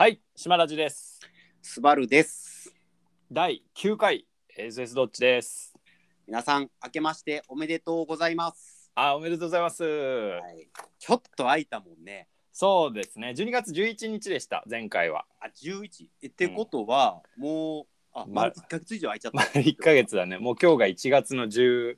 はい、島ラジです。 スバルです。 第9回 SS どっちです。 皆さん明けましておめでとうございます。 おめでとうございます。 はい、ちょっと空いたもんね。 そうですね、12月11日でした、前回は。 11ってことは、もう丸1ヶ月以上空いちゃった。 丸1ヶ月だね。もう今日が1月の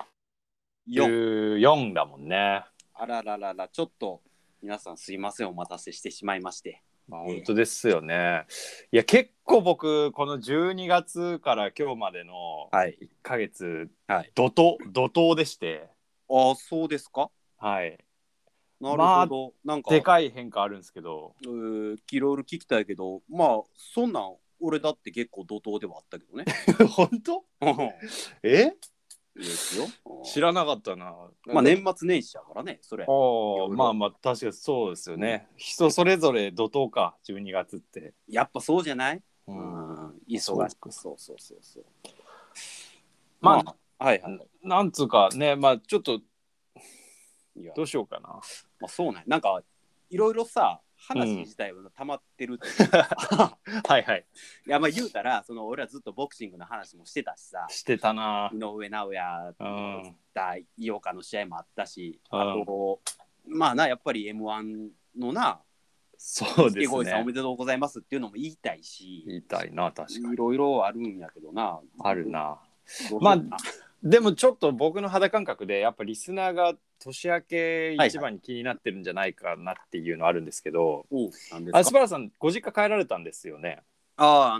14だもんね。 あらららら、ちょっと皆さんすいません、お待たせしてしまいまして。 本当ですよね。いや結構僕この12月から今日までの1ヶ月、怒涛でして。 そうですか。 はい。 なるほど。なんかでかい変化あるんですけど、 いろいろ聞きたいけど、まあそんなん俺だって結構怒涛ではあったけどね。 本当？ ですよ。 知らなかったな。 まあ年末年始やからね、それ。 まあ確かにそうですよね。人それぞれ怒涛か、12月って。 やっぱそうじゃない？忙しく。そう。まあ、 なんつうかね、まあちょっとどうしようかな。 まあそうね。なんかいろいろさ、話自体は溜まってるっていうか、 はいはい。 いやまあ言うたら、俺らずっとボクシングの話もしてたしさ。 してたな。 井上尚弥対井岡の試合もあったし、 あとまあな、やっぱり M1 のな、 そうですね。 さんおめでとうございますっていうのも言いたいし、 言いたいな、確かに。 いろいろあるんやけどな。 あるな。まあでもちょっと僕の肌感覚でやっぱリスナーが年明け一番に気になってるんじゃないかなっていうのあるんですけど、スバラさんご実家帰られたんですよね。 はい、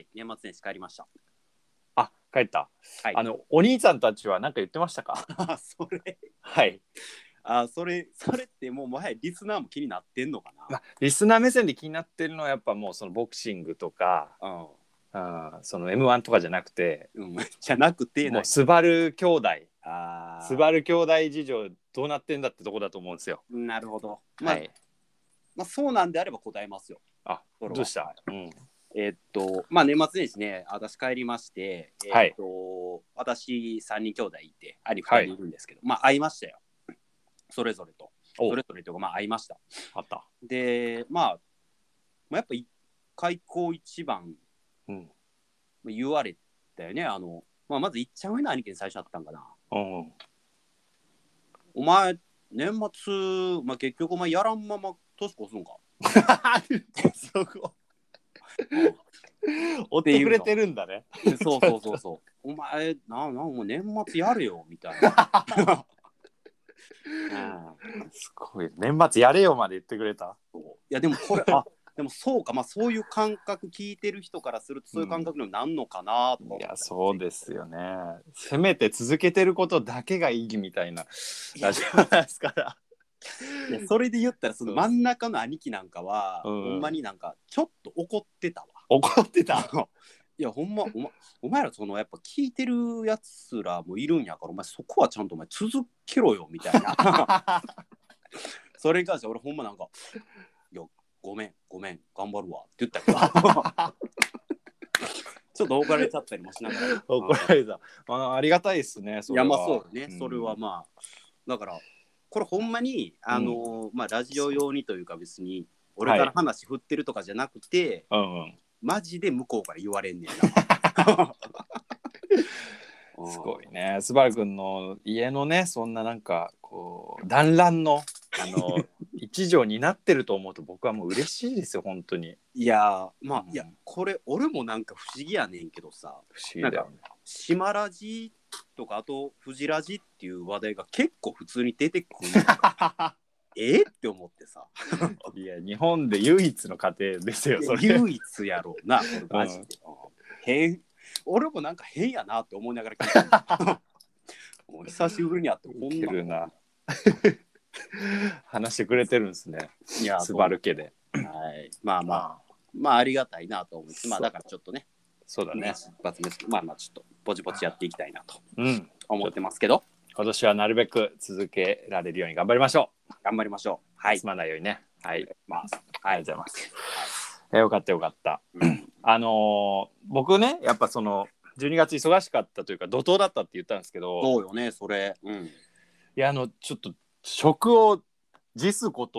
年末年始帰りました。 帰った。お兄さんたちは何か言ってましたか？ それはい。 それってもはやリスナーも気になってんのかな。 リスナー目線で気になってるのはやっぱもうそのボクシングとか、その M1 とかじゃなくて、もうスバル兄弟、スバル兄弟事情どうなってんだってとこだと思うんですよ。 なるほど。まあそうなんであれば答えますよ。 どうした？ まあ年末年始ね、私帰りまして、私3人兄弟いて、兄2人いるんですけど、まあ会いましたよ。それぞれというか、まあ会いました。で、まあやっぱ開口一番言われたよね。まずいっちゃん上の兄貴に最初あったんかな。お前年末、結局お前やらんまま年越すんか。 そこ追ってくれてるんだね。 そう。お前もう年末やれよみたいな。 すごい。年末やれよまで言ってくれた。 いやでもこれでもそうか、まあそういう感覚聞いてる人からするとそういう感覚にもなんのかなとか、 いやそうですよね。せめて続けてることだけが意義みたいなラジオですから。 いやそれで言ったらその真ん中の兄貴なんかは、ほんまになんかちょっと怒ってたわ。 怒ってた。 いやほんまお前らそのやっぱ聞いてるやつらもいるんやから、お前そこはちゃんとお前続けろよみたいな。それに関して俺ほんまなんか、いやごめん頑張るわって言ったけど。ちょっと怒られちゃったりもしながら。 怒られた。ありがたいですね。 いやまあそうね、それはまあだからこれほんまにまあラジオ用にというか、別に俺から話振ってるとかじゃなくて、マジで向こうから言われんねんな。 すごいね。スバル君の家のね、そんななんかこう団らんの一助になってると思うと僕はもう嬉しいですよ、本当に。 いやまあ、いやこれ俺もなんか不思議やねんけどさ、 不思議だよね。 島ラジとかあとフジラジっていう話題が結構普通に出てくるって思ってさ。 いや日本で唯一の家庭ですよ、それ。 唯一やろうな、マジで。変、俺もなんか変やなって思いながら聞いた。もう久しぶりに会ってこんな話してくれてるんですね。いやスバル家で。 まあありがたいなと思って、まあだからちょっとね、 そうだね、 まあちょっとぼちぼちやっていきたいなと思ってますけど、 今年はなるべく続けられるように頑張りましょう。 頑張りましょう。はい。 すまないようにね。はい。 ありがとうございます。よかったよかった。僕ね、やっぱその12月忙しかったというか怒涛だったって言ったんですけど。 そうよね、それ。 いやちょっと職を辞すこと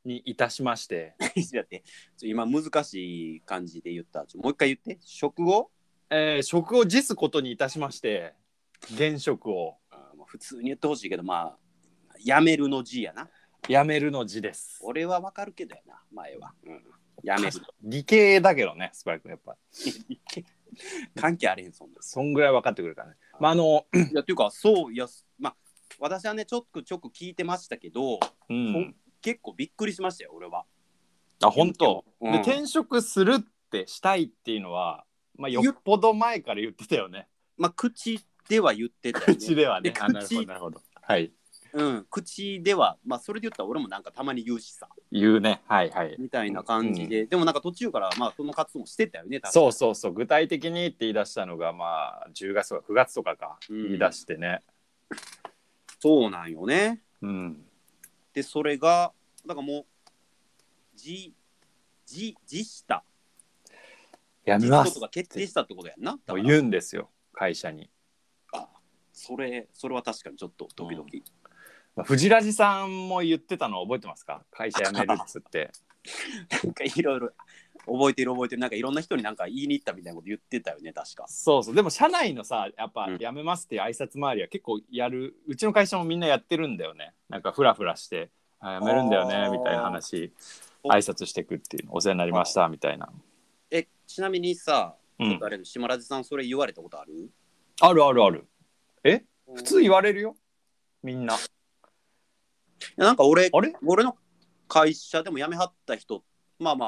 にいたしまして。 だって今難しい感じで言った。もう一回言って。職を職を辞すことにいたしまして、現職を。 普通に言ってほしいけど、まあ辞めるの字やな。 辞めるの字です。 俺はわかるけどやな、前は。辞める。 理系だけどね、スパイクやっぱ。 関係あれへん、そんな。 そんぐらい分かってくるからね。まあいやっていうか、そういや、まあ私はねちょくちょく聞いてましたけど、結構びっくりしましたよ、俺は。 あ、本当。で、転職するってしたいっていうのは、まあ、よっぽど前から言ってたよね。 まあ口では言ってたよね。 口ではね。なるほど。はい。 口では、まあそれで言ったら俺もなんかたまに言うしさ。 言うね。はいはい。 みたいな感じで、でもなんか途中からまあその活動もしてたよね。 そう具体的にって言い出したのがまあ10月とか9月とかか、言い出してね。 そうなんよね。でそれがだからもう辞したやめますことが決定したってことやんな。 もう言うんですよ、会社に。 それは確かにちょっとドキドキ。 藤ラジさんも言ってたの覚えてますか？会社辞めるっつってなんかいろいろ覚えてるなんかいろんな人になんか言いに行ったみたいなこと言ってたよね、確か。 そうでも社内のさ、やっぱ辞めますっていう挨拶回りは結構やる。うちの会社もみんなやってるんだよね。なんかフラフラして辞めるんだよねみたいな話、挨拶してくっていうの、お世話になりましたみたいな。 ちなみにさ、ちょっとあれ、島ラジさんそれ言われたことある？ ある。普通言われるよ、みんな。 なんか俺の会社でも辞めはった人、まあ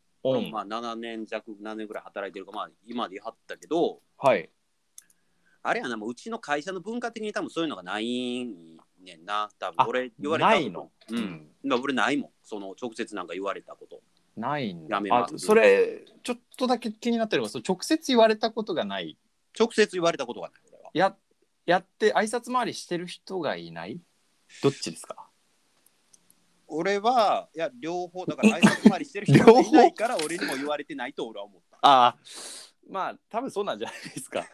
7年ぐらい働いてるか、まあ今で言いはったけど、 はい。 あれやな、もううちの会社の文化的に多分そういうのがないねんな。多分俺言われたことないの。俺ないもん。その直接なんか言われたこと。 ないんだ。それちょっとだけ気になってるのが、直接言われたことがない。 直接言われたことがない。俺はやって挨拶回りしてる人がいない？どっちですか？ 俺はいや両方だから、挨拶回りしてる人がいないから俺にも言われてないと俺は思った。 まあ多分そうなんじゃないですか。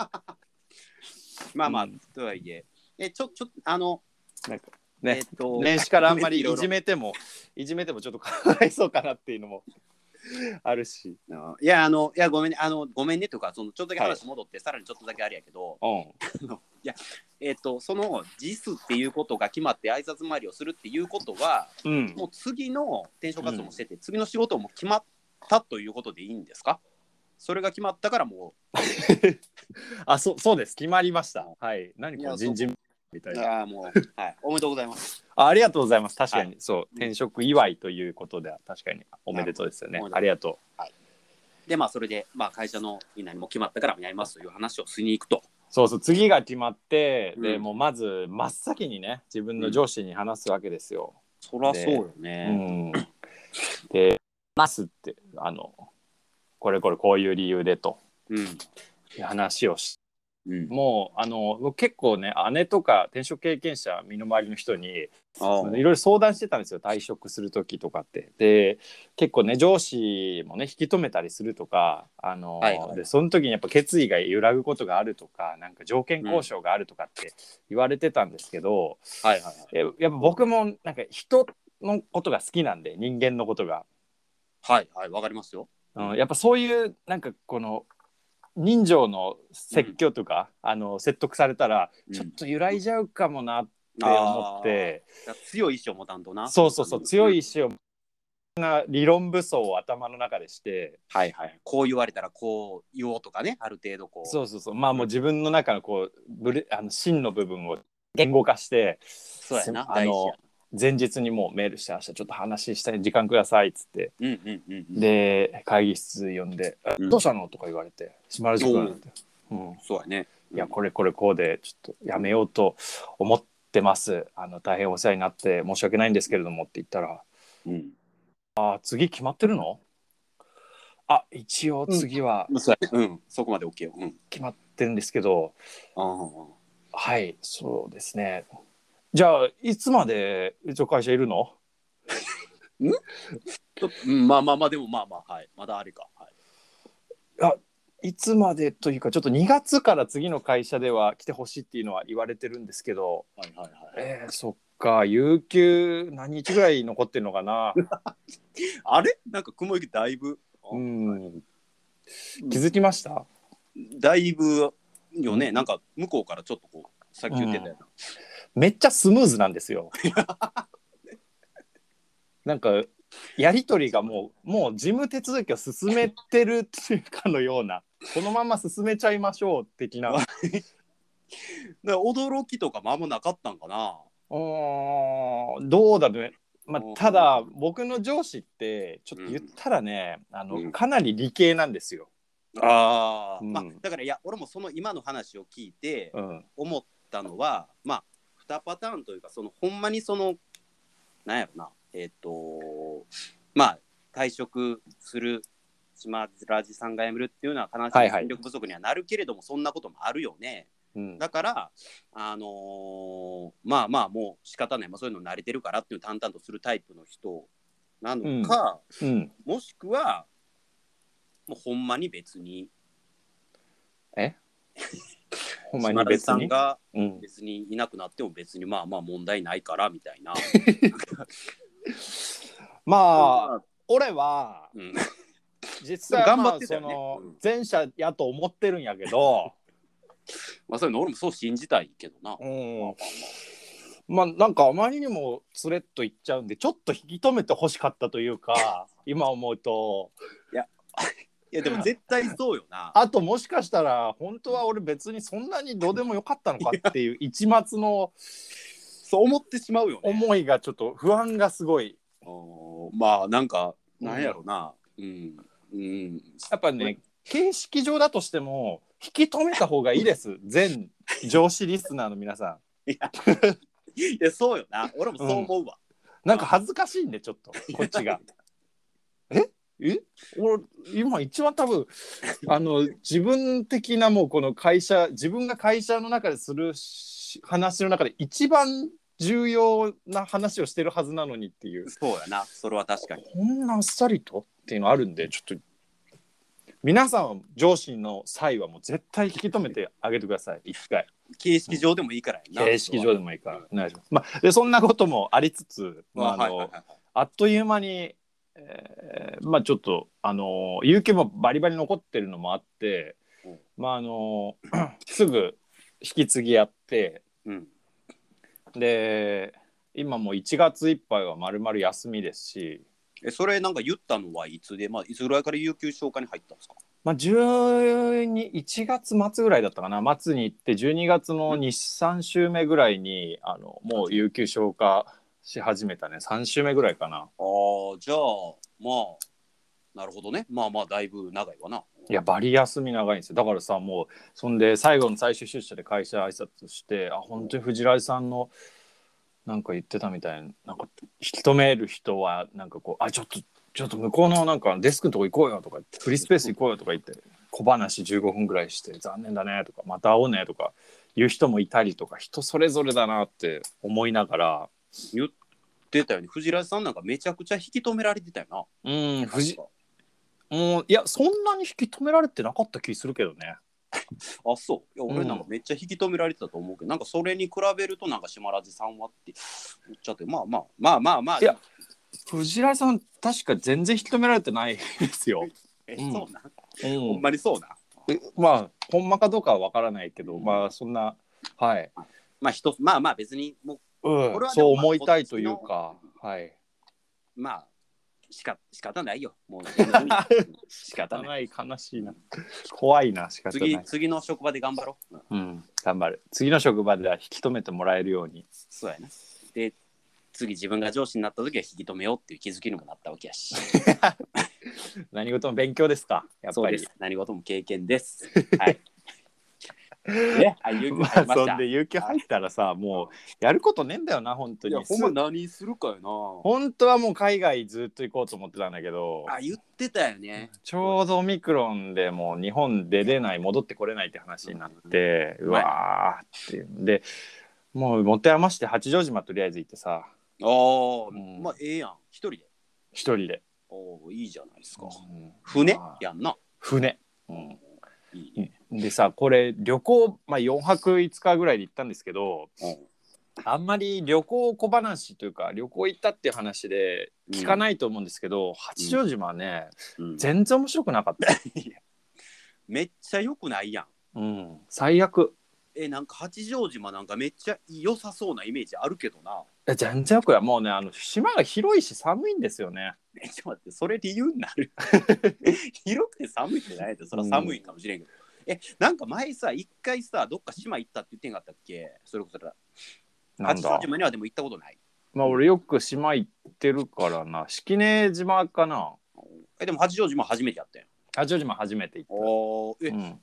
まあとはいえなんかね、年始からあんまりいじめてもちょっとかわいそうかなっていうのもあるし。 いやごめんね、ごめんねとか、そのちょっとだけ話戻って、さらにちょっとだけあれやけど、いやその辞すっていうことが決まって挨拶回りをするっていうことは、もう次の転職活動もしてて、次の仕事も決まったということでいいんですか？それが決まったからもうそうです、決まりました。はい。何この人事みたいな。 もうはいおめでとうございます。 ありがとうございます。確かに、そう転職祝いということでは確かにおめでとうですよね。ありがとう。 でそれで会社のみんなにも決まったからやりますという話をしに行くと。 そう次が決まって、でもうまず真っ先にね、自分の上司に話すわけですよ。 そりゃそうよね。 でますってこれこういう理由でと、話をして、もう結構ね、姉とか転職経験者身の回りの人にいろいろ相談してたんですよ、退職する時とかって。で結構ね、上司もね引き止めたりするとか、でその時にやっぱ決意が揺らぐことがあるとか、なんか条件交渉があるとかって言われてたんですけど、やっぱ僕もなんか人のことが好きなんで、人間のことがわかりますよ。 やっぱそういうなんかこの人情の説教とか、説得されたらちょっと揺らいじゃうかもなって思って、 強い意志を持たんとな。 そう強い意志をな理論武装を頭の中でして、 こう言われたらこう言おうとかね、ある程度こう。 そうまあもう自分の中のこう真の部分を言語化して、 そうやな、大事やな。 前日にもうメールして、明日ちょっと話したい時間くださいっつって、で会議室呼んで、どうしたのとか言われて、島原宿なんて、 そうやね。 いやこれこうでちょっとやめようと思ってます、大変お世話になって申し訳ないんですけれどもって言ったら、次決まってるの？一応次は、 そこまで OK よ。 決まってるんですけど、はいそうですね。じゃあいつまでうちの会社いるの？ まあでもはい、まだあれか。 いつまでというか、ちょっと2月から次の会社では来てほしいっていうのは言われてるんですけど、そっか、有給何日ぐらい残ってるのかな。 あれなんか雲行きだいぶ、 気づきました？ だいぶよね、なんか向こうからちょっとこうさっき言ってたよな、 めっちゃスムーズなんですよ。なんかやり取りがもう事務手続きを進めてるっていうかのような、このまま進めちゃいましょう的な。 だから驚きとかもあんまなかったんかな。 どうだね。ただ僕の上司ってちょっと言ったらね、かなり理系なんですよ。 だからいや俺もその今の話を聞いて思ったのは、2パターンというか、そのほんまにそのなんやろな、退職する島ラジさんが辞めるっていうのは悲しい戦力不足にはなるけれども、そんなこともあるよね。だからもう仕方ない、そういうの慣れてるからっていう淡々とするタイプの人なのか、もしくはもうほんまに別にほんまに別に島田さんが別にいなくなっても別に問題ないからみたいな。 俺は、実際頑張ってたよね、前者やと思ってるんやけどそういうの俺もそう信じたいけどな。 なんかあまりにもスレッといっちゃうんで、ちょっと引き止めてほしかったというか今思うと。 いやでも絶対そうよな。 あともしかしたら本当は俺別にそんなにどうでもよかったのかっていう一末のそう思ってしまうよね。 思いがちょっと不安がすごい。 なんかなんやろな、 やっぱね、形式上だとしても引き止めた方がいいです全上司リスナーの皆さん。 いやそうよな、俺もそう思うわ。 なんか恥ずかしいんでちょっとこっちが俺今一番多分自分的なもうこの会社、自分が会社の中でする話の中で一番重要な話をしてるはずなのにっていう。 そうやな、それは確かに。 こんなあっさりとっていうのあるんで、ちょっと皆さん上司の際はもう絶対引き止めてあげてください。一回形式上でもいいからやな。 形式上でもいいからお願いします。でそんなこともありつつ、あっという間にちょっと有給もバリバリ残ってるのもあって、すぐ引き継ぎやって、で今もう1月いっぱいは丸々休みですし。 それなんか言ったのはいつで、いつぐらいから有給消化に入ったんですか 1月末ぐらいだったかな。末に行って12月の 2,3 週目ぐらいにもう有給消化し始めたね。3週目ぐらいかな。 じゃあなるほどね。だいぶ長いわな。 いやバリ休み長いんですよ。だからさ、もうそんで最後の最終出社で会社挨拶して、本当に藤原さんのなんか言ってたみたいな、なんか引き止める人はなんかこうちょっと向こうのなんかデスクのとこ行こうよとか、フリースペース行こうよとか言って小話15分ぐらいして残念だねとかまた会おうねとか言う人もいたりとか、人それぞれだなって思いながら。 言ってたよね。藤原さんなんかめちゃくちゃ引き止められてたよな。 いやそんなに引き止められてなかった気するけどね。 そう。いや俺なんかめっちゃ引き止められてたと思うけど、なんかそれに比べるとなんか島ラジさんはって言っちゃって、いや藤原さん確か全然引き止められてないですよ。 そうなん、ほんまにそうな。 ほんまかどうかは分からないけど、そんな別にもう、 そう思いたいというか、 仕方ないよ。もう仕方ない。悲しいな。怖いな。仕方ない。 次の職場で頑張ろう。 頑張る。次の職場では引き止めてもらえるように。 そうやな。で次自分が上司になった時は引き止めようっていう気づきにもなったわけやし。 何事も勉強ですか。やっぱり。そうです。 何事も経験です。 そんで有給入ったらさ、もうやることねえんだよな本当に。 いやほんま何するかよな。 本当はもう海外ずっと行こうと思ってたんだけど。 言ってたよね。 ちょうどオミクロンでもう日本出れない、戻ってこれないって話になって、うわーっていうんで、もう持て余して八丈島とりあえず行ってさ。 ええやん。一人で。 いいじゃないですか。船やんな。 船。でさ、これ旅行、4泊5日ぐらいで行ったんですけど、 あんまり旅行小話というか旅行行ったっていう話で聞かないと思うんですけど、八丈島はね、全然面白くなかった。 めっちゃ良くないやん。最悪。 なんか八丈島なんかめっちゃ良さそうなイメージあるけどな。 全然よくや、もうね、島が広いし寒いんですよね。 ちょっと待って、それ理由になる。広くて寒いってないと、それは寒いかもしれんけど。なんか前さ、一回さ、どっか島行ったって言ってんかったっけ？それこそだ。八丈島にはでも行ったことない。 まあ俺よく島行ってるからな。式根島かな。 でも八丈島初めてやったやん。 八丈島初めて行った。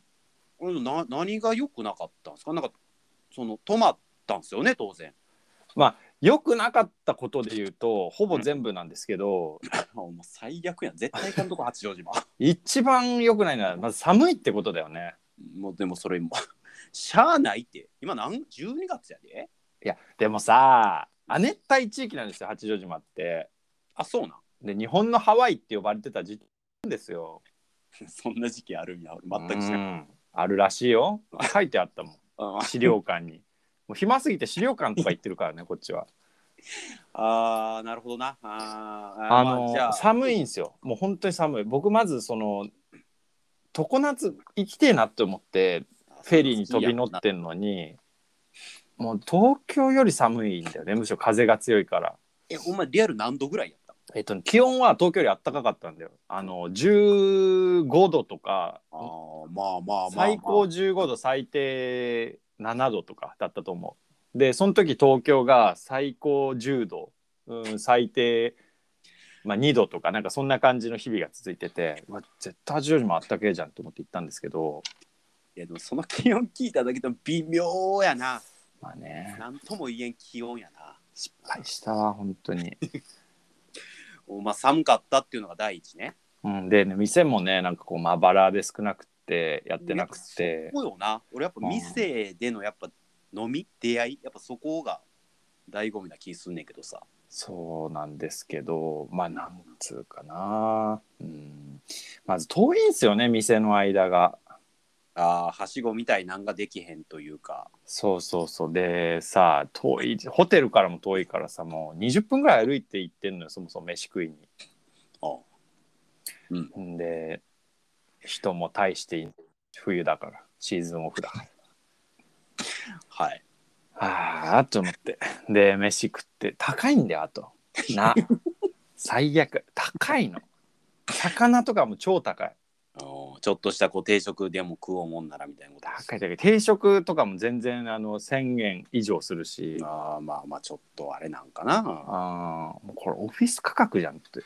何が良くなかったんですか？なんか泊まったんですよね、当然。 まあ良くなかったことで言うとほぼ全部なんですけど、 もう最悪やん、絶対かんとこ八丈島。 一番良くないのはまず寒いってことだよね。 もうでもそれもしゃあないって。今12月やで。 いやでもさ、亜熱帯地域なんですよ八丈島って。 あ、そうなん。 で日本のハワイって呼ばれてた時期ですよ。 そんな時期あるんや、俺全く知らん。 あるらしいよ。書いてあったもん。資料館に。もう暇すぎて資料館とか行ってるからねこっちは。 あー、なるほどな。 じゃあ寒いんですよ。もう本当に寒い。僕まず常夏行きてえなって思ってフェリーに飛び乗ってんのに、もう東京より寒いんだよね。むしろ風が強いから。 お前リアル何度ぐらいやった？ 気温は東京より暖かかったんだよ。15度とか。最高15度、最低7度とかだったと思う。でその時東京が最高10度、最低、2度とかなんかそんな感じの日々が続いてて、絶対八丈島あったけえじゃんと思って行ったんですけど。 いやでもその気温聞いただけでも微妙やな。 まあね、 なんとも言えん気温やな。 失敗したわ本当に。 寒かったっていうのが第一ね。 でね、店もねなんかこうまばらで少なくてやってなくて。 そうよな。俺やっぱ店でのやっぱ飲み出会いやっぱそこが醍醐味な気すんねんけどさ。 そうなんですけど、なんつうかな、まず遠いんすよね店の間が。 はしごみたいなんができへんというか。 そうでさ、遠い、ホテルからも遠いからさ、もう20分ぐらい歩いて行ってんのよ、そもそも飯食いに。で人も大して冬だからシーズンオフだから。 はい。 と思って、で飯食って高いんだよ。あとな最悪高いの。魚とかも超高い。 ちょっとした定食でも食おうもんならみたいなこと。 高い定食とかも全然1000円以上するし。 まあちょっとあれなんかな。 もうこれオフィス価格じゃんって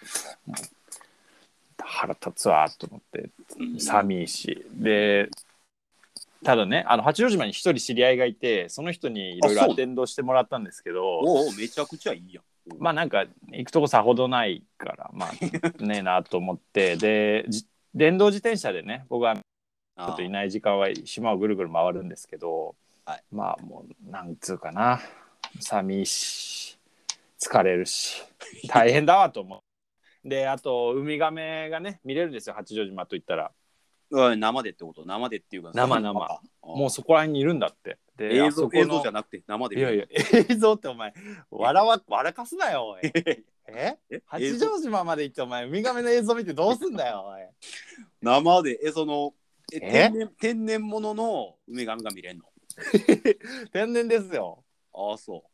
腹立つわと思って、寒いし。でただね、八丈島に一人知り合いがいて、その人にいろいろアテンドしてもらったんですけど。 めちゃくちゃいいやん。なんか行くとこさほどないからねえなと思ってで電動自転車でね、僕はちょっといない時間は島をぐるぐる回るんですけど、もうなんつうかな、寂いし疲れるし大変だわと思う。であとウミガメがね見れるんですよ八丈島といったら。 生でってこと？生でっていうか生もうそこら辺にいるんだって。で映像じゃなくて生で見る。 いや映像ってお前笑かすなよおい。八丈島まで行ってお前ウミガメの映像見てどうすんだよおい。 生で天然物のウミガメが見れんの？ 天然ですよ。 そう。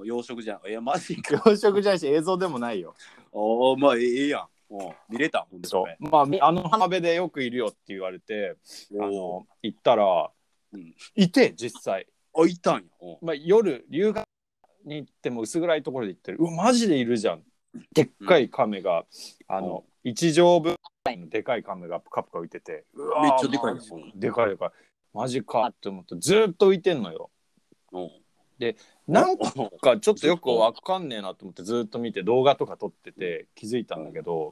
養殖じゃん。マジか。 養殖じゃないし映像でもないよ。 ええやん。見れた。 浜辺でよくいるよって言われて行ったら、いて実際。 いたんや。 夜夕方に行っても薄暗いところで行ってる。マジでいるじゃん。でっかいカメが1畳分のでかいカメがプカプカ浮いてて、 めっちゃでかいですよ。 でかいマジかって思ってずっと浮いてんのよ。でなんかちょっとよくわかんねえなと思ってずっと見て動画とか撮ってて気づいたんだけど、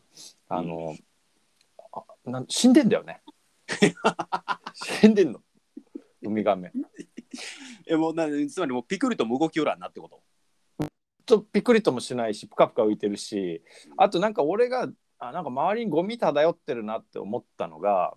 死んでんだよね。死んでんのウミガメ。 つまりもうピクリとも動きおらんなってこと？ ピクリともしないしプカプカ浮いてるし、あとなんか俺がなんか周りにゴミ漂ってるなって思ってたのが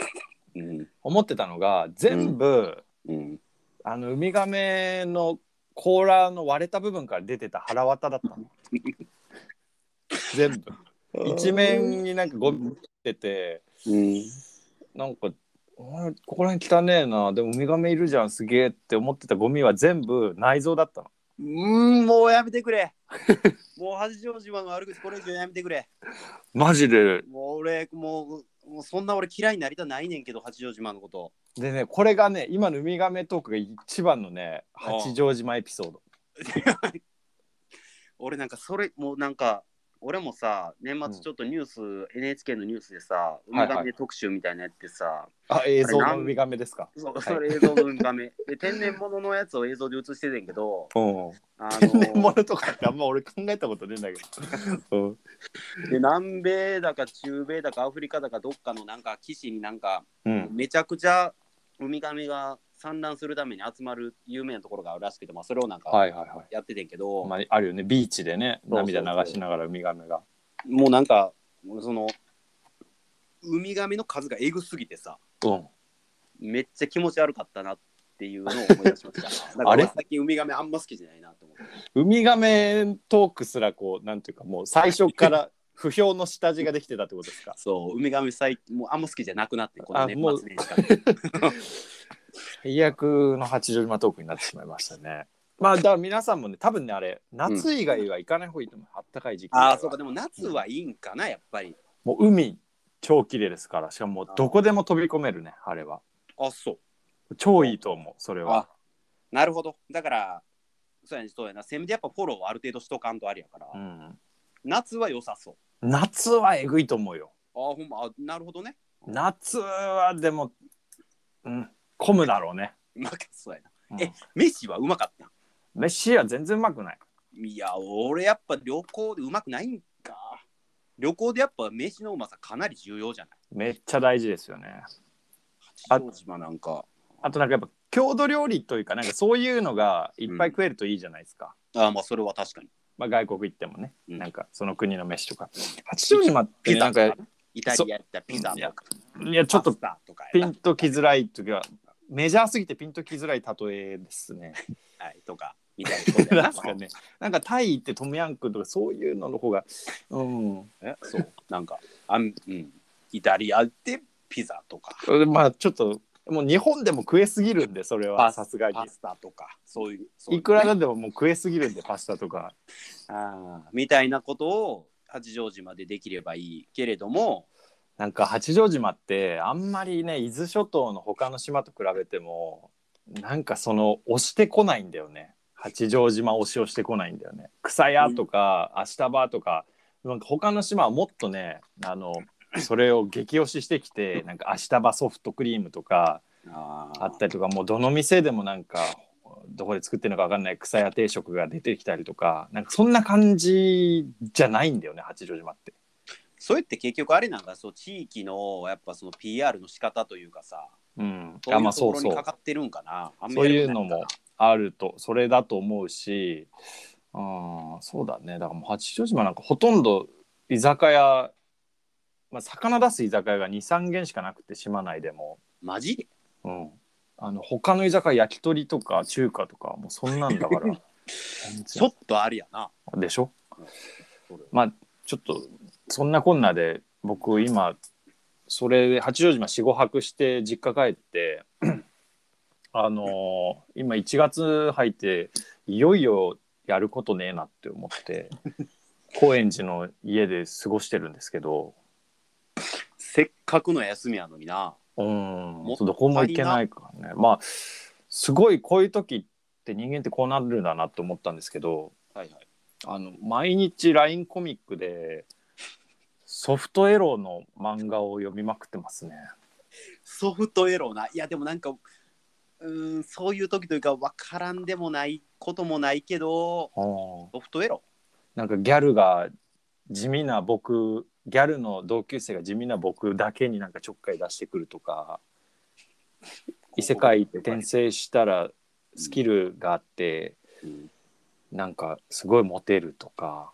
全部、ウミガメの甲羅の割れた部分から出てた腹渡だったの全部一面になんかゴミってて、なんかここら辺汚ねえな、でもウミガメいるじゃんすげえって思ってたゴミは全部内臓だったの。 もうやめてくれもう八丈島の悪口これ以上やめてくれマジで。 もう俺もうそんな俺嫌いになりたないねんけど、八丈島のことでね、これがね今のウミガメトークが一番のね八丈島エピソード俺なんかそれもうなんか俺もさ年末ちょっとニュース、NHK のニュースでさウミガメ特集みたいなやってさ、 映像のウミガメですか。 それ映像のウミガメで天然物のやつを映像で映しててんけど、 天然物とかってあんま俺考えたことねえんだけどで南米だか中米だかアフリカだかどっかのなんか岸になんか、めちゃくちゃウミガメが産卵するために集まる有名なところがあるらしくて、それをなんかやっててんけど、 あるよねビーチでね、涙流しながらウミガメがもうなんかそのウミガメの数がエグすぎてさ、めっちゃ気持ち悪かったなっていうのを思い出しましただから最近ウミガメあんま好きじゃないなと思って。 ウミガメトークすらこうなんていうかもう最初から不評の下地ができてたってことですかそうウミガメもうあんま好きじゃなくなってこの年末年始から最悪の八丈島トークになってしまいましたね。まあだから皆さんもね多分ねあれ夏以外は行かない方がいいと思う、あったかい時期。 そうか、でも夏はいいんかな、やっぱりもう海超綺麗ですから、しかもどこでも飛び込めるねあれは。 そう超いいと思うそれは。 なるほど。だからそうやな、せめてやっぱフォローはある程度しとかんとありやから、夏は良さそう。 夏はえぐいと思うよ。 ほんま、なるほどね。 夏はでも混むだろうね。 そうやな。飯はうまかった？ 飯は全然うまくない。 いや俺やっぱ旅行でうまくないんか。旅行でやっぱ飯のうまさかなり重要じゃない？ めっちゃ大事ですよね。 八丈島なんかあとなんかやっぱ郷土料理というかなんかそういうのがいっぱい食えるといいじゃないですか。 それは確かに。 外国行ってもね、なんかその国の飯とか。八丈島ってなんかイタリアってピザとか。 いやちょっとピンときづらいというかメジャーすぎてピンときづらい例えですね。 とかみたいな。 なんかね、なんかタイ行ってトムヤンクンとかそういうのの方がそうなんかイタリアってピザとか。 まあちょっともう日本でも食えすぎるんでそれはさすがにパスタとかそういういくらなんでももう食えすぎるんでパスタとかみたいなことを八丈島でできればいいけれども、 なんか八丈島ってあんまりね伊豆諸島の他の島と比べてもなんかその押してこないんだよね。八丈島推しをしてこないんだよね。草屋とか芦田場とかなんか他の島はもっとねそれを激推ししてきてなんか芦田場ソフトクリームとかあったりとか、もうどの店でもなんかどこで作ってるのか分かんない草屋定食が出てきたりとか、なんかそんな感じじゃないんだよね八丈島って。 それって結局あれなんかそう地域のやっぱその PR の仕方というかさ、そういうところにかかってるんかな。 そういうのもあるとそれだと思うし、そうだね。だからもう八丈島なんかほとんど居酒屋、魚出す居酒屋が 2,3 軒しかなくて島内でも。 マジで？ 他の居酒屋焼き鳥とか中華とかもうそんなんだからちょっとありやな。 でしょ。ちょっとそんなこんなで僕今それで八丈島 4,5 泊して実家帰って今1月入っていよいよやることねえなって思って高円寺の家で過ごしてるんですけど、 せっかくの休みやのにな。 どこも行けないからね。すごいこういう時って人間ってこうなるんだなって思ったんですけど、毎日 LINE コミックでソフトエロの漫画を読みまくってますね。 ソフトエロな。いやでもなんかそういう時というか分からんでもないこともないけど、ソフトエロなんかギャルが地味な僕、ギャルの同級生が地味な僕だけになんかちょっかい出してくるとか、異世界転生したらスキルがあって、なんかすごいモテるとか。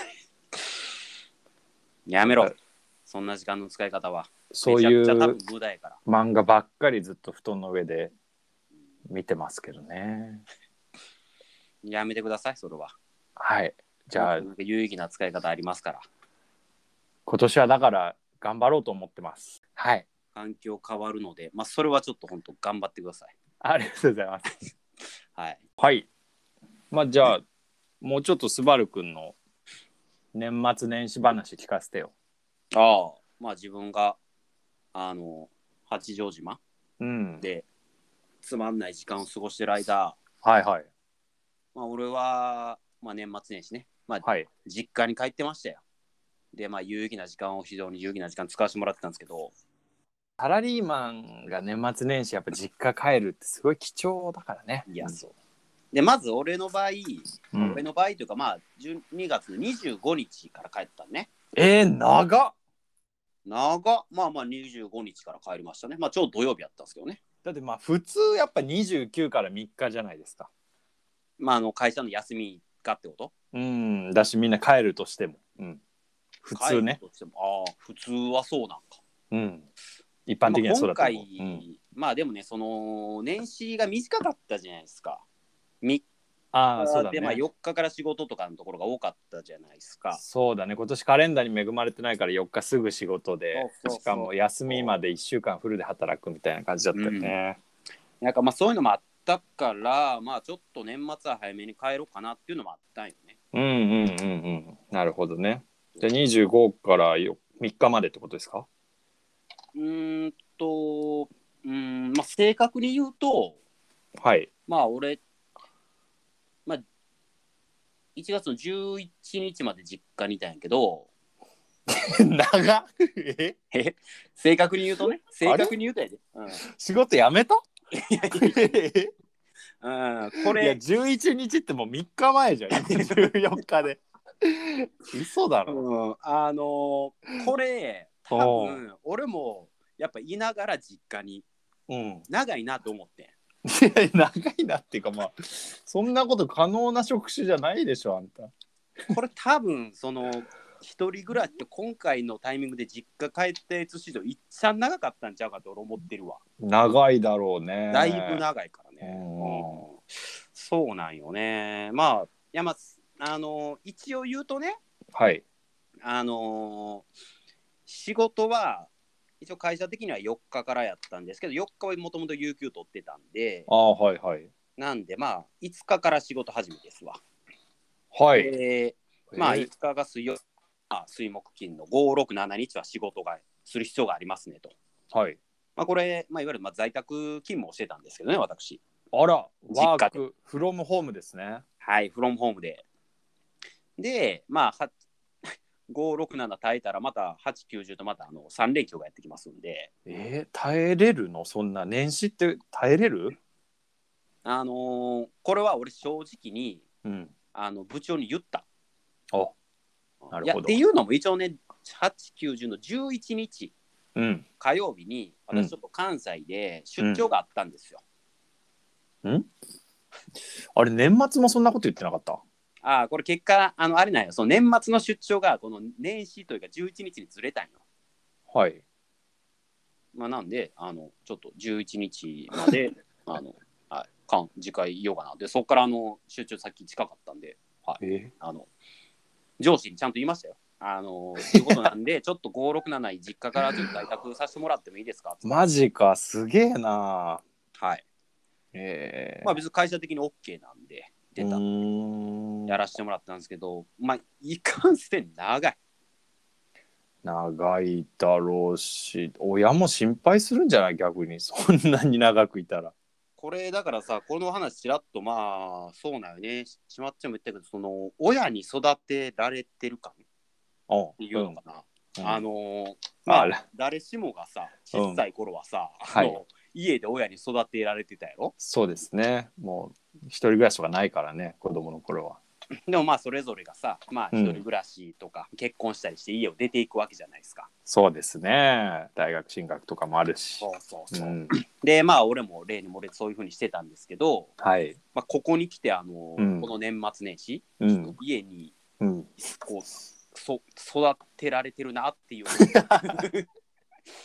やめろ、そんな時間の使い方は。 そういう漫画ばっかりずっと布団の上で見てますけどね。 やめてください、それは。 はい。じゃあ、 有意義な使い方ありますから。 今年はだから頑張ろうと思ってます。はい。 環境変わるので、まあ、それはちょっと本当頑張ってください。 ありがとうございます。 はい。 はい。まあ、じゃあ、もうちょっとスバルくんの年末年始話聞かせてよ。 ああ、まあ自分が、八丈島、で、つまんない時間を過ごしてる間、 はいはい。 まあ俺は、まあ年末年始ね、まあ、実家に帰ってましたよ。で、まあ有意義な時間を非常に有意義な時間使わせてもらってたんですけど、 サラリーマンが年末年始やっぱ実家帰るってすごい貴重だからね。 いや、そう。で、まず俺の場合、俺の場合というか、まあ12月の25日から帰ったね。 長っ。 まあまあ25日から帰りましたね。まあちょうど土曜日やったんですけどね。 だってまあ普通やっぱ29から3日じゃないですか。 まあ会社の休みがってこと？ だしみんな帰るとしても。普通ね。 普通はそうなんか。 一般的にはそうだと思う。 今回、まあでもね、その年始が短かったじゃないですか。3日そうだね。 で、まあ4日から仕事とかのところが多かったじゃないですか。 そうだね。今年カレンダーに恵まれてないから4日すぐ仕事で、しかも休みまで1週間フルで働くみたいな感じだったよね。 なんかまあそういうのもあったから、まあちょっと年末は早めに帰ろうかなっていうのもあったんよね。 なるほどね。じゃあ25から3日までってことですか？ まあ正確に言うと、 はい。 まあ俺、まあ1月の11日まで実家にいたんやけど、 長っ。 正確に言うとね、正確に言うとやで。 仕事辞めた？ これ。 いや、11日ってもう3日前じゃん。14日で。嘘だろ。 これ、多分、俺もやっぱいながら実家に、長いなと思って。 長いなっていうか、まあ、そんなこと可能な職種じゃないでしょ、あんた。 これ多分、一人暮らしって今回のタイミングで実家帰ったやつ史上一番長かったんちゃうかと俺思ってるわ。 長いだろうね。 だいぶ長いからね。そうなんよね。まあ、一応言うとね、 はい。 仕事は一応会社的には4日からやったんですけど、4日はもともと有給取ってたんで、 はいはい。 なんでまあ5日から仕事始めですわ。 はい。 まあ5日が水木金の5、6、7日は仕事がする必要がありますねと。 はい。 まあこれ、いわゆる在宅勤務をしてたんですけどね、私。 あら、ワークフロムホームですね。 はい、フロムホームで。で、まあ5、6、7耐えたらまた8、9、10とまた3連休がやってきますんで。 耐えれるの？そんな年始って耐えれる？ これは俺正直に、部長に言った。なるほど。っていうのも一応ね、8、9、10の11日、火曜日に私ちょっと関西で出張があったんですよ。 あれ年末もそんなこと言ってなかった？ これ結果あれなんよ。その年末の出張がこの年始というか11日にずれたんよ。 はい。 まあなんでちょっと11日まで次回言おうかな。でそこから出張先近かったんで、上司にちゃんと言いましたよ。ということなんでちょっと5、6、7実家からちょっと在宅させてもらってもいいですか？ マジか、すげえな。 はい。まあ別に会社的に OK なんでやらせてもらったんですけど、まあいかんせん長いだろうし、親も心配するんじゃない？逆にそんなに長くいたら。 これだからさ、この話ちらっとまあそうなよね、しまっちゃんも言ったけど、その親に育てられてる感っていうのかな。まあ誰しもがさ、小さい頃はさ、家で親に育てられてたやろ。 そうですね。もう一人暮らしとかないからね、子供の頃は。 でもまあそれぞれがさ、まあ一人暮らしとか結婚したりして家を出ていくわけじゃないですか。 そうですね。大学進学とかもあるし。 でまあ俺も例に漏れてそういう風にしてたんですけど、まあ、ここに来てこの年末年始、家にこう育てられてるなっていう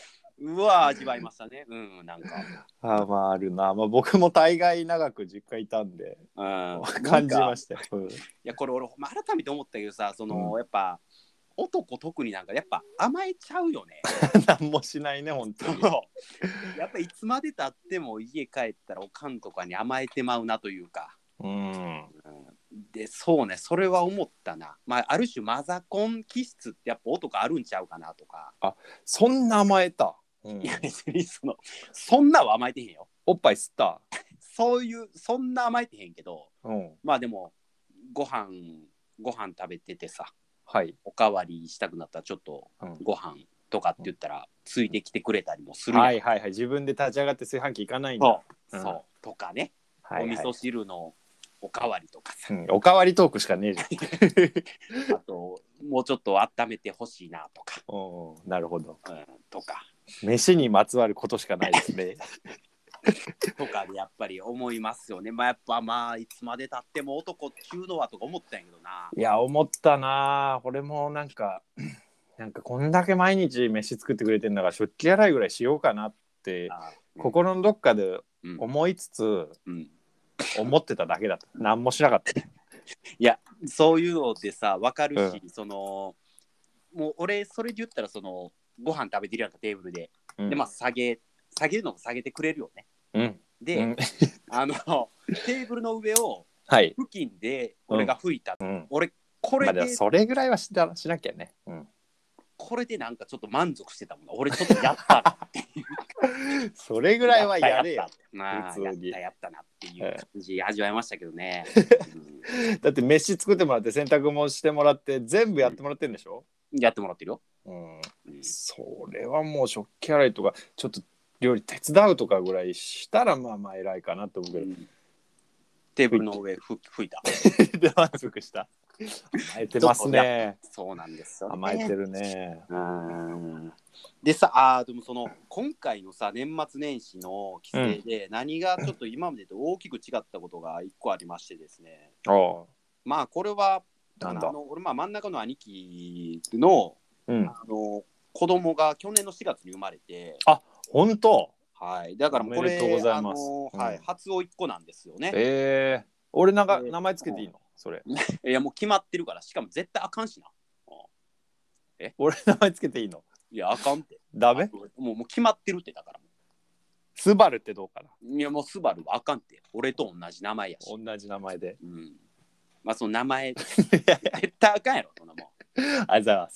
うわ味わいましたね。なんかまああるな。まあ僕も大概長く実家いたんで、感じましたよ。 いやこれ俺、改めて思ったけどさ、やっぱ男特になんかやっぱ甘えちゃうよね。 何もしないね本当に。 やっぱいつまでたっても家帰ったらおかんとかに甘えてまうなというか。でそうね、それは思ったな。ある種マザコン気質ってやっぱ男あるんちゃうかなとか。 そんな甘えた。 いや別にそんなは甘えてへんよ。 おっぱい吸った。 そんな甘えてへんけど、でもご飯食べててさ、おかわりしたくなったらちょっとご飯とかって言ったらついてきてくれたりもするやん。自分で立ち上がって炊飯器行かないんだ。 そうとかね、お味噌汁のおかわりとかさ、 おかわりトークしかねえじゃん。あともうちょっと温めてほしいなとか。 なるほど、 とか飯にまつわることしかないですね。 とかでやっぱり思いますよね。やっぱいつまでたっても男っちゅうのはとか思ったんやけどな。 いや思ったな。俺もなんかこんだけ毎日飯作ってくれてんだから食器洗いぐらいしようかなって心のどっかで思いつつ、思ってただけだった。何もしなかった。いやそういうのでさ分かるし、もう俺それで言ったらご飯食べてるやんかテーブルで、で下げるのも下げてくれるよね。で、テーブルの上を付近で俺が拭いた。俺これで、 それぐらいはしなきゃね。 これでなんかちょっと満足してたもん。俺ちょっとやったなっていうそれぐらいはやれよ。 やったなっていう感じ味わいましたけどね。 だって飯作ってもらって洗濯もしてもらって全部やってもらってるんでしょ。 やってもらってるよ。 それはもう食器洗いとかちょっと料理手伝うとかぐらいしたらまあ偉いかなと思うけど、 テーブルの上拭いた。 で満足した。甘えてますね。 そうなんですよ、ね。 甘えてるね。 でさでも今回のさ年末年始の規制で何がちょっと今までと大きく違ったことが1個ありましてですね。これは俺真ん中の兄貴の、子供が去年の4月に生まれて。 本当。 だからこれ初甥っ子なんですよね。 俺名前つけていいのそれ。 いやもう決まってるから、しかも絶対あかんしな。 俺名前つけていいの。 いやあかんって。 ダメ。 もう決まってるって。だからスバルってどうかな。 いやもうスバルはあかんって。俺と同じ名前やし。 同じ名前で。 その名前絶対あかんやろそんなもん。 ありがとうございます。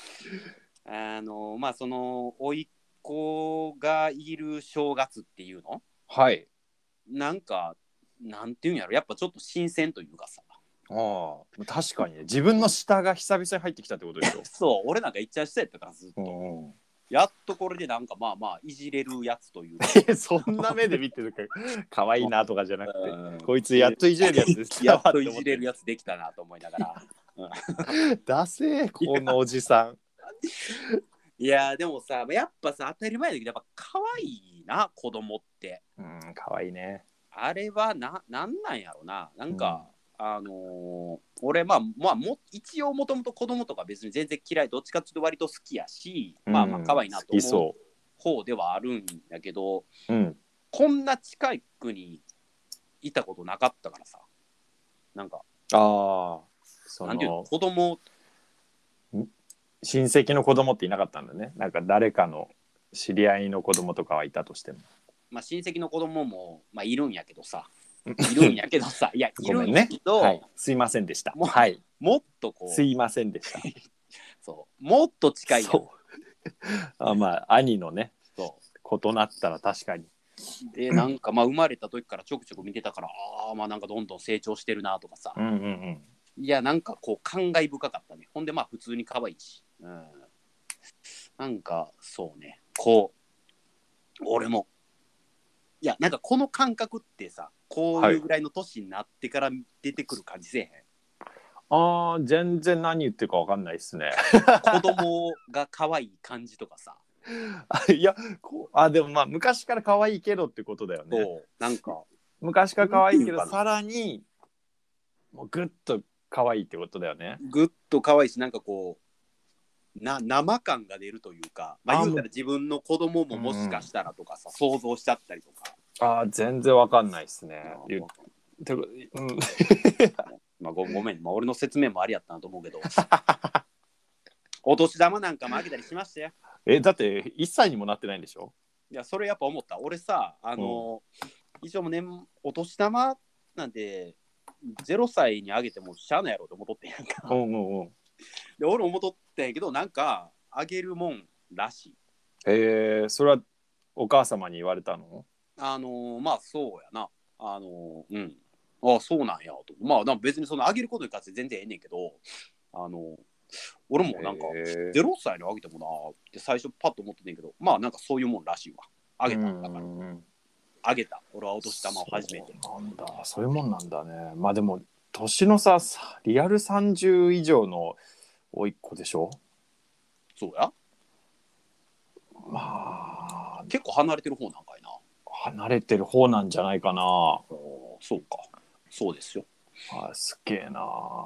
その甥っ子がいる正月っていうの。なんかなんていうんやろ、やっぱちょっと新鮮というかさ。 確かにね。自分の下が久々に入ってきたってことでしょ。 そう、俺なんかいっちゃん下やったからずっと。やっとこれでなんかいじれるやつというか。 そんな目で見てるからかわいいなとかじゃなくて、こいつやっといじれるやつです。 やっといじれるやつできたなと思いながら。 ダセーこのおじさん。 いやでもさ、やっぱさ当たり前だけどやっぱ可愛いな子供って。 可愛いね。 あれはなんやろな。なんか、俺一応もともと子供とか別に全然嫌い、どっちかっていうと割と好きやし、可愛いなと思う方ではあるんだけど、こんな近くにいたことなかったからさ。なんかなんていうの、子供親戚の子供っていなかったんだね。なんか誰かの知り合いの子供とかはいたとしても。 親戚の子供もいるんやけどさ。いるんやけどさ。いや、いるんやけど、 すいませんでした。もっとこう。 すいませんでした。 もっと近いやん。兄のね、ことなったら確かに。 で、なんか生まれた時からちょくちょく見てたから、なんかどんどん成長してるなとかさ。いや、なんかこう感慨深かったね。ほんで普通に可愛いし。なんかそうね、俺も。いやなんかこの感覚ってさ、こういうぐらいの年になってから出てくる感じせえへん。全然何言ってるか分かんないっすね。 子供が可愛い感じとかさ。 いやでも昔から可愛いけどってことだよね。 なんか昔から可愛いけどさらにもうグッと可愛いってことだよね。 グッと可愛いし、なんかこう生感が出るというか、まあ言うたら自分の子供ももしかしたらとかさ、想像しちゃったりとか。 全然わかんないっすね。 まあごめん、まあ、俺の説明もありやったなと思うけどお年玉なんかもあげたりしましたよ。 だって1歳にもなってないんでしょ。 いやそれやっぱ思った。俺さ一応お年玉なんて0歳にあげてもしゃあないやろと思っとってんやんか。で俺思っとってんやけど、なんかあげるもんらしい。 それはお母様に言われたの？ まあそうやな。そうなんやと。まあ別にそのあげることに関して全然ええねんけど、俺もなんか0歳にあげてもなって最初パッと思っててんけど、まあなんかそういうもんらしいわ。あげたんだから。あげた。俺はお年玉を初めて。 そういうもんなんだね。まあでも年の差リアル30以上の甥っ子でしょ。 そうや。 まあ結構離れてる方なんかいな。 離れてる方なんじゃないかな。 そうか。そうですよ。 すげえな。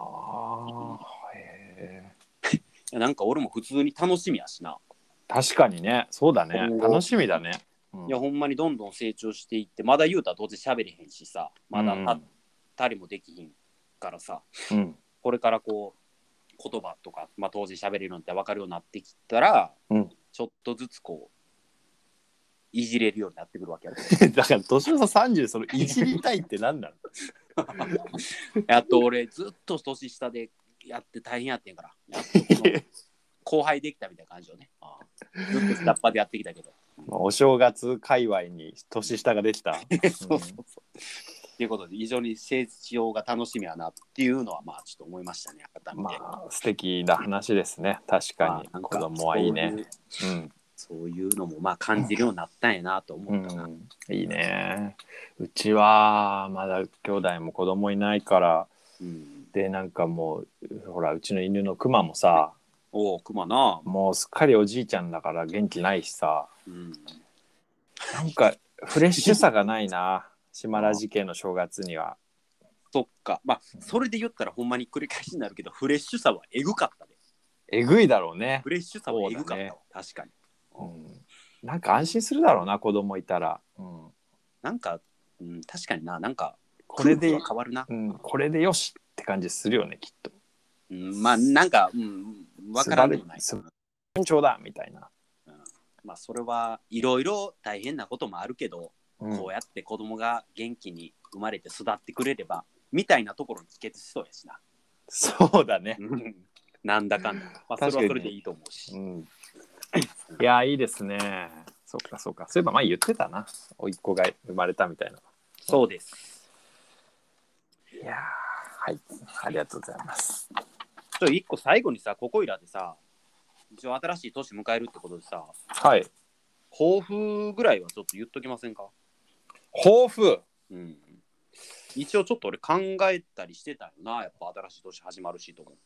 なんか俺も普通に楽しみやしな。 確かにね。そうだね。楽しみだね。 いやほんまにどんどん成長していって、まだ言うたら当然喋れへんしさ、まだ立ったりもできひんからさ、これからこう言葉とか、まあ、当時喋れるのって分かるようになってきたら、ちょっとずつこういじれるようになってくるわけやだから年の差30そのいじりたいって何なの？ やっと俺ずっと年下でやって大変やってんから、やっとこの後輩できたみたいな感じをね。ずっと下っ端でやってきたけど、 お正月界隈に年下ができた。 そうということで非常に成長が楽しみやなっていうのはまあちょっと思いましたね。改めて。 素敵な話ですね。確かに子供はいいね。 そういうのもまあ感じるようになったんやなと思ったな。 いいね。うちはまだ兄弟も子供いないから、でなんかもうほらうちの犬のクマもさ、 クマな、 もうすっかりおじいちゃんだから元気ないしさ、なんかフレッシュさがないな。島ラジ系の正月には。 そっか。まあそれで言ったらほんまに繰り返しになるけど、フレッシュさはえぐかったで。 えぐいだろうね。 フレッシュさはえぐかったわ、確かに。 なんか安心するだろうな、子供いたら。 なんか、確かにな、なんかこれで変わるな、 これでよしって感じするよね、きっと。 まあなんか、分からんでもない。 順調だみたいな。 まあそれはいろいろ大変なこともあるけど、こうやって子供が元気に生まれて育ってくれればみたいなところに帰結しそうやしな。 そうだね。 なんだかんだ。まあそれはそれでいいと思うし。 いやいいですね。そうか。そういえば前言ってたな。甥っ子が生まれたみたいな。 そうです。 いやはい、ありがとうございます。 一個最後にさ、ここいらでさ、一応新しい年迎えるってことでさ、 はい。 抱負ぐらいはちょっと言っときませんか？ 抱負？ 一応ちょっと俺考えたりしてたよな。やっぱ新しい年始まるしと思って。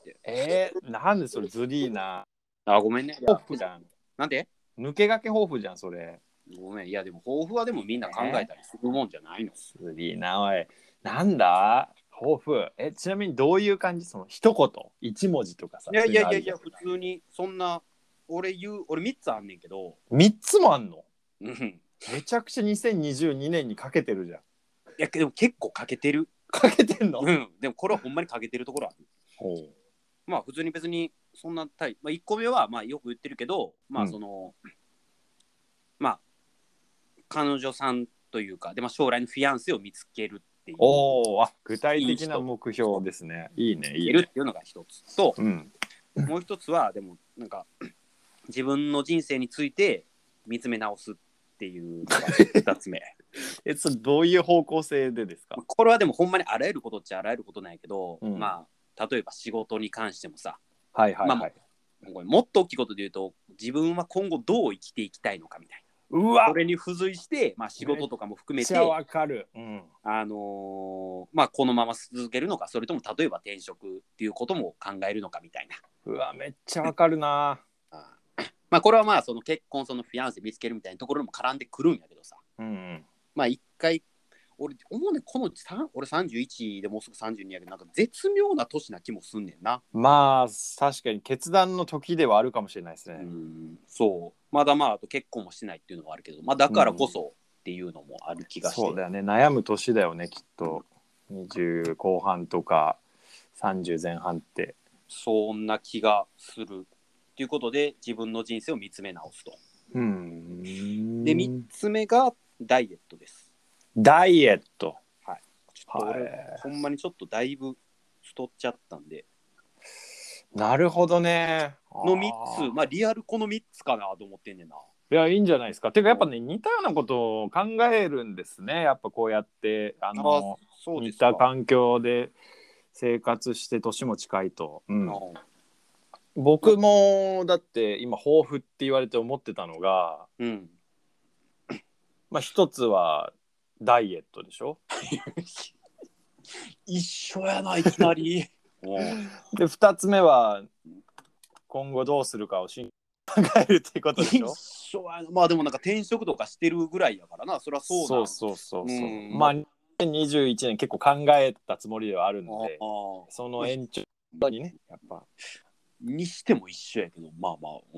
なんでそれずりーな。 ごめんね。 抱負じゃん。 なんで？ 抜け駆け抱負じゃんそれ。 ごめん。いやでも抱負はでもみんな考えたりするもんじゃないの。 ずりーなおい。なんだ抱負。ちなみにどういう感じ？その一言一文字とかさ。 いや普通にそんな俺3つあんねんけど。 3つもあんの？めちゃくちゃ2022年にかけてるじゃん。 いやでも結構かけてる。 かけてんの？ でもこれはほんまにかけてるところある。まあ普通に別にそんなまあ、1個目はまあよく言ってるけど、まあその、まあ彼女さんというかで、まあ、将来のフィアンセを見つけるっていう。 具体的な目標ですね。いいね。 いるっていうのが一つと、もう一つはでもなんか自分の人生について見つめ直すっていうのが2つ目。 それどういう方向性でですか？ これはでもほんまにあらゆることっちゃあらゆることなんやけど、まあ例えば仕事に関してもさ、もっと大きいことで言うと自分は今後どう生きていきたいのかみたいな。それに付随して、まあ、仕事とかも含めてわかる、 まあこのまま続けるのか、それとも例えば転職っていうことも考えるのかみたいな。 めっちゃわかるな。 まあこれはまあその結婚、そのフィアンセ見つけるみたいなところにも絡んでくるんやけどさ、まあ一回俺思うね、俺31でもうすぐ32やけど、なんか絶妙な年な気もすんねんな。 まあ確かに決断の時ではあるかもしれないですね。 そう。まだまああと結婚もしてないっていうのはあるけど、まあだからこそっていうのもある気がして。 そうだよね。悩む年だよね、きっと。20後半とか30前半って。 そんな気がする。ということで、自分の人生を見つめ直すと。で、3つ目がダイエットです。 ダイエット。 はい。ちょっと俺、ほんまにちょっとだいぶ太っちゃったんで。 なるほどね。 の3つ、まあリアルこの3つかなと思ってんねんな。 いや、いいんじゃないですか。てかやっぱね、似たようなことを考えるんですね。やっぱこうやって似た環境で生活して年も近いと。僕もだって今抱負って言われて思ってたのが、まあ一つはダイエットでしょ。 一緒やな、いきなり。 で2つ目は今後どうするかを考えるっていうことでしょ。 一緒やな。まあでもなんか転職とかしてるぐらいやからな。そりゃそうな。 そう。まあ2021年結構考えたつもりではあるので、その延長にね、やっぱにしても一緒やけど、まあまあ。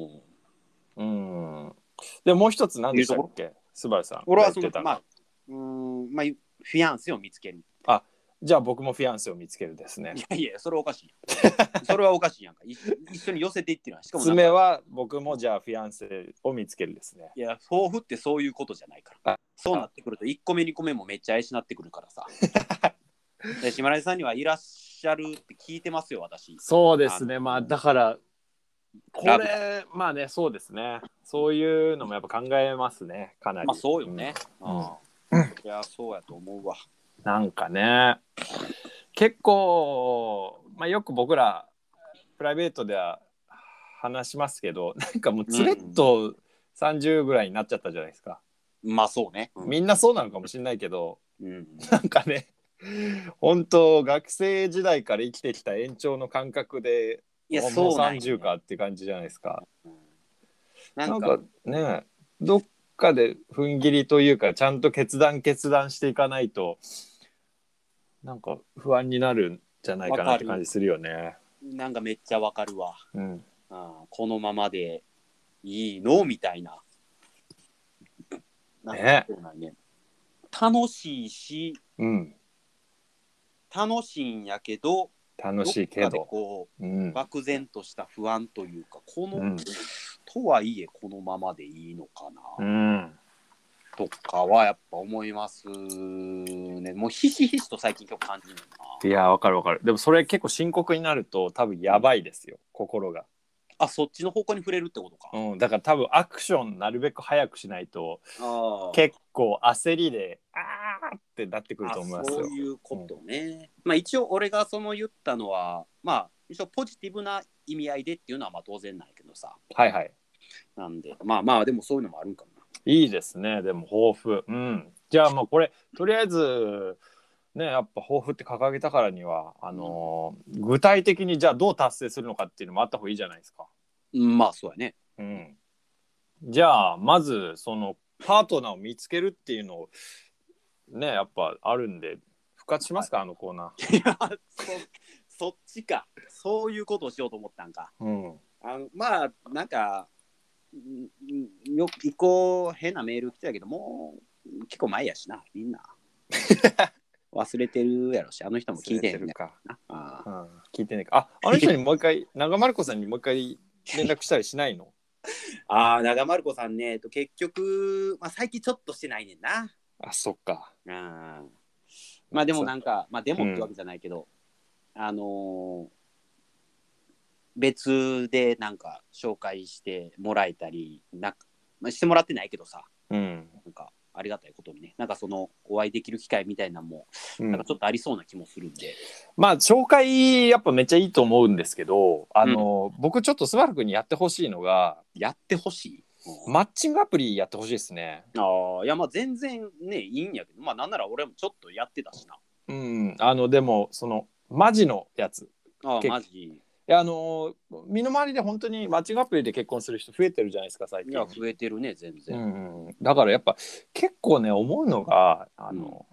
でもう一つ何でしたっけ、スバルさん。 俺はそのまあフィアンセを見つける。 あ、じゃあ僕もフィアンセを見つけるですね。 いやそれはおかしい。それはおかしいやんか。一緒に寄せていってるの。しかも爪は僕もじゃあフィアンセを見つけるですね。 いや、抱負ってそういうことじゃないから。そうなってくると1個目2個目もめっちゃ怪しなってくるからさ。で島根さんにはいらっしゃるって聞いてますよ、私。 そうですね。まあだからこれまあね、そうですね。そういうのもやっぱ考えますね、かなり。 まあそうよね。いや、そうやと思うわ。 なんかね、結構、まあ、よく僕らプライベートでは話しますけど、なんかもうつれっと30ぐらいになっちゃったじゃないですか。 まあそうね。 みんなそうなのかもしれないけど、なんかね、本当学生時代から生きてきた延長の感覚で、 いや、 もう30かって感じじゃないですか。なんかね、どっかで踏ん切りというかちゃんと決断していかないとなんか不安になるんじゃないかなって感じするよね。 なんかめっちゃわかるわ。このままでいいのみたいな。ね。楽しいし、楽しいんやけど、 楽しいけどこう、漠然とした不安というか、この、とはいえこのままでいいのかな、とかはやっぱ思いますね。もうひしひしと最近今日感じるな。 いや、わかる。でもそれ結構深刻になると多分やばいですよ、心が。 あ、そっちの方向に触れるってことか。 だから多分アクションなるべく早くしないと結構焦りでってなってくると思いますよ。 そういうことね。まあ一応俺がその言ったのはまあ一応ポジティブな意味合いでっていうのはまあ当然ないけどさ。 はいはい。 なんでまあまあでもそういうのもあるんかな。 いいですね。でも抱負。じゃあもうこれとりあえずね、やっぱ抱負って掲げたからには具体的にじゃあどう達成するのかっていうのもあった方がいいじゃないですか。 まあそうやね。 じゃあまずそのパートナーを見つけるっていうのをね、やっぱあるんで復活しますか、あのコーナー。 いやそっちか。そういうことをしようと思ったんか。まあなんかよく一個変なメール来たけどもう結構前やしな、みんな忘れてるやろし、あの人も聞いてるか。 聞いてねえか。あの人にもう一回長丸子さんにもう一回連絡したりしないの？ 長丸子さんね、結局、まあ、最近ちょっとしてないねんな。 そっか。 まあでもなんか、まあでもってわけじゃないけど、別でなんか紹介してもらえたり、なんか、まあ、してもらってないけどさ、なんかありがたいことにね、なんかそのお会いできる機会みたいなのも、なんかちょっとありそうな気もするんで。 まあ紹介やっぱめっちゃいいと思うんですけど、僕ちょっとスバル君にやってほしいのが、 やってほしいマッチングアプリやってほしいですね。 いやまあ全然ねいいんやけど、まあなんなら俺もちょっとやってたしな。 でもそのマジのやつ。 マジ。 身の回りで本当にマッチングアプリで結婚する人増えてるじゃないですか最近。 いや増えてるね全然。 だからやっぱ結構ね思うのが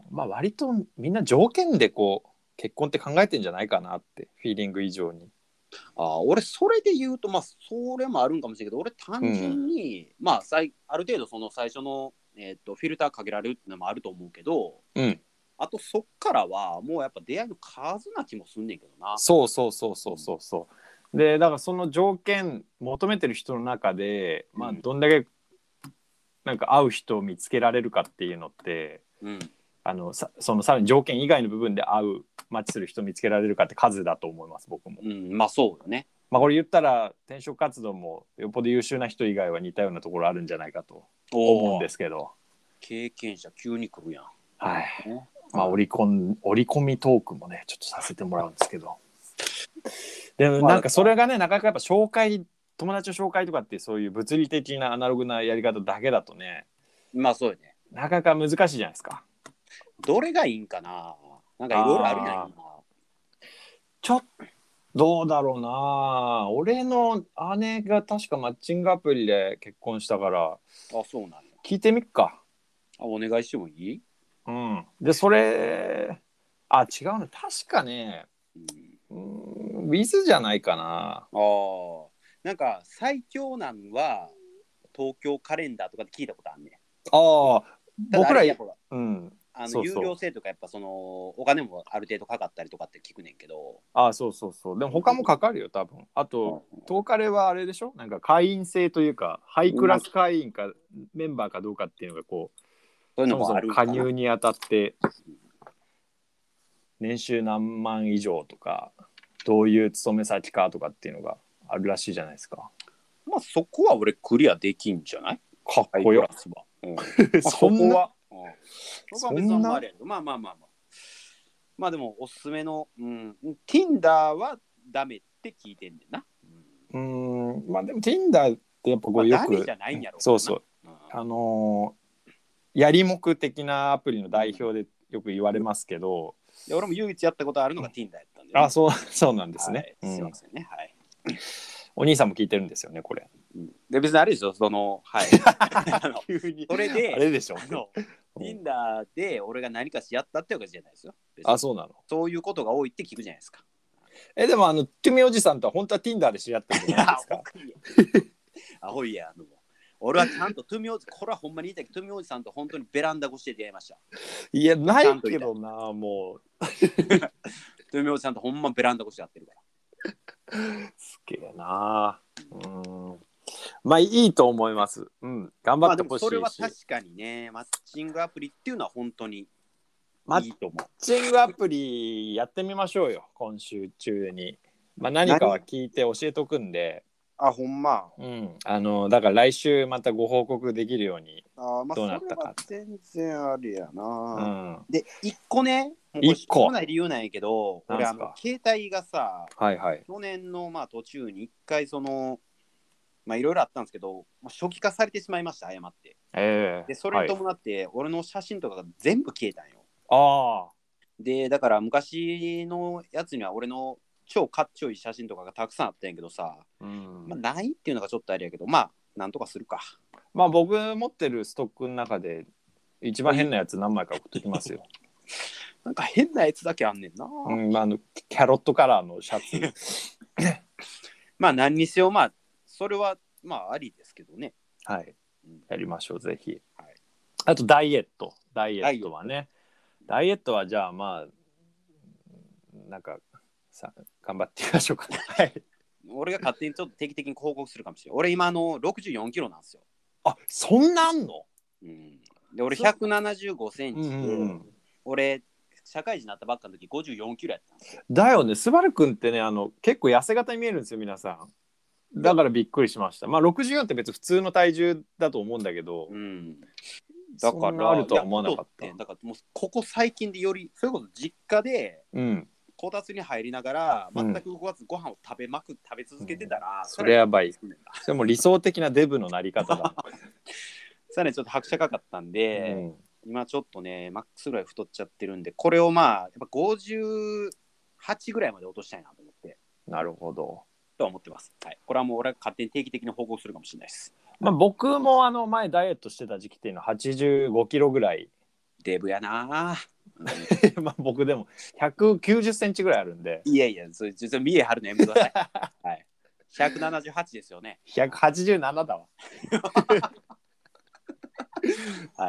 まあ割とみんな条件でこう結婚って考えてんじゃないかなって、フィーリング以上に。 俺それで言うとまあそれもあるんかもしれないけど、俺単純に、まあある程度その最初の、フィルターかけられるっていうのもあると思うけど、あとそっからはもうやっぱ出会いの数な気もすんねんけどな。 そうでだからその条件求めてる人の中で、まあどんだけなんか会う人を見つけられるかっていうのって、そのさらに条件以外の部分でマッチする人を見つけられるかって数だと思います、僕も。 まあそうよね。 まあこれ言ったら転職活動もよっぽど優秀な人以外は似たようなところあるんじゃないかと思うんですけど。 経験者急に来るやん。 はい。まあ折り込みトークもねちょっとさせてもらうんですけど、でもなんかそれがねなかなかやっぱ友達の紹介とかってそういう物理的なアナログなやり方だけだとね、 まあそうよね、 なかなか難しいじゃないですか。 どれがいいんかな、なんかいろいろあるやん今。 どうだろうな。俺の姉が確かマッチングアプリで結婚したから、 そうなんや。 聞いてみっか。 お願いしてもいい？ でそれ違うね、確かね、ウィズじゃないかな。 なんか最強なんは東京カレンダーとかで聞いたことあんねん。 僕ら有料制とかやっぱそのお金もある程度かかったりとかって聞くねんけど。 でも他もかかるよ多分。あと東カレはあれでしょ、なんか会員制というかハイクラス会員かメンバーかどうかっていうのがこう、 そういうのもある加入にあたって年収何万以上とかどういう勤め先かとかっていうのがあるらしいじゃないですか。 まあそこは俺クリアできんじゃない？ かっこよ。 そこはそんなまあでもおすすめの、Tinder はダメって聞いてんねんな。 まあでも Tinder ってやっぱこうよく、 ダメじゃないんやろ。 やりもく的なアプリの代表でよく言われますけど、 俺も唯一やったことあるのが Tinder やったんで、ね。 そうなんですね。 すいませんね。はい。 お兄さんも聞いてるんですよねこれ。 で別にあれでしょ、その急にそれであれでしょ。 Tinder で俺が何かしやったってわけじゃないですよ。 そうなの。 そういうことが多いって聞くじゃないですか。 でもトゥミおじさんとは本当は Tinder で知り合ったんじゃないですか。 アホいや俺はちゃんとトゥミおじ、これはほんまに言いたいけど、トゥミおじさんと本当にベランダ越しで出会いました。 いやないけどな、もうトゥミおじさんとほんまベランダ越しで会ってるから。 すげえな。まあいいと思います。頑張ってほしいし。 それは確かにね、マッチングアプリっていうのは本当にいいと思う。 マッチングアプリやってみましょうよ今週中に。何かは聞いて教えとくんで。 ほんま。 だから来週またご報告できるようにどうなったか。 それは全然ありやな。で1個ね、1個ない理由なんやけど、俺携帯がさ、去年の途中に1回そのいろいろあったんですけど、初期化されてしまいました、誤って。でそれに伴って、俺の写真とかが全部消えたんよ。でだから昔のやつには俺の超かっちょいい写真とかがたくさんあったんやけどさ、ないっていうのがちょっとあれやけど、なんとかするか。 僕持ってるストックの中で一番変なやつ何枚か送ってきますよ。 なんか変なやつだけあんねんな。 キャロットカラーのシャツ。 何にせよそれはありですけどね。 やりましょうぜひ。あとダイエットはね、ダイエットはじゃあなんかさ頑張ってみましょうかね。 俺が勝手にちょっと定期的に報告するかもしれない。俺今64キロなんですよ。 そんなあんの？ で俺175センチで、俺社会人になったばっかの時54キロやったんですよ。 だよね、スバルくんってね結構痩せ型に見えるんですよ皆さん。だからびっくりしました。64って別に普通の体重だと思うんだけど、だからあるとは思わなかった。 だからもうここ最近でよりそれこそ実家でこたつに入りながら全く動かずご飯を食べ続けてたら、 それやばい。それも理想的なデブのなり方だ。 さらにちょっと拍車かかったんで、今ちょっとねマックスぐらい太っちゃってるんで、これをやっぱ58ぐらいまで落としたいなと思って。 なるほどとは思ってます。これはもう俺が勝手に定期的に報告するかもしれないです。 僕も前ダイエットしてた時期っていうのは85キロぐらい。 デブやな。 まあ僕でも190センチぐらいあるんで。 いやいや、それ見え張るのやめてください。はい。178ですよね。 187だわ。 はい。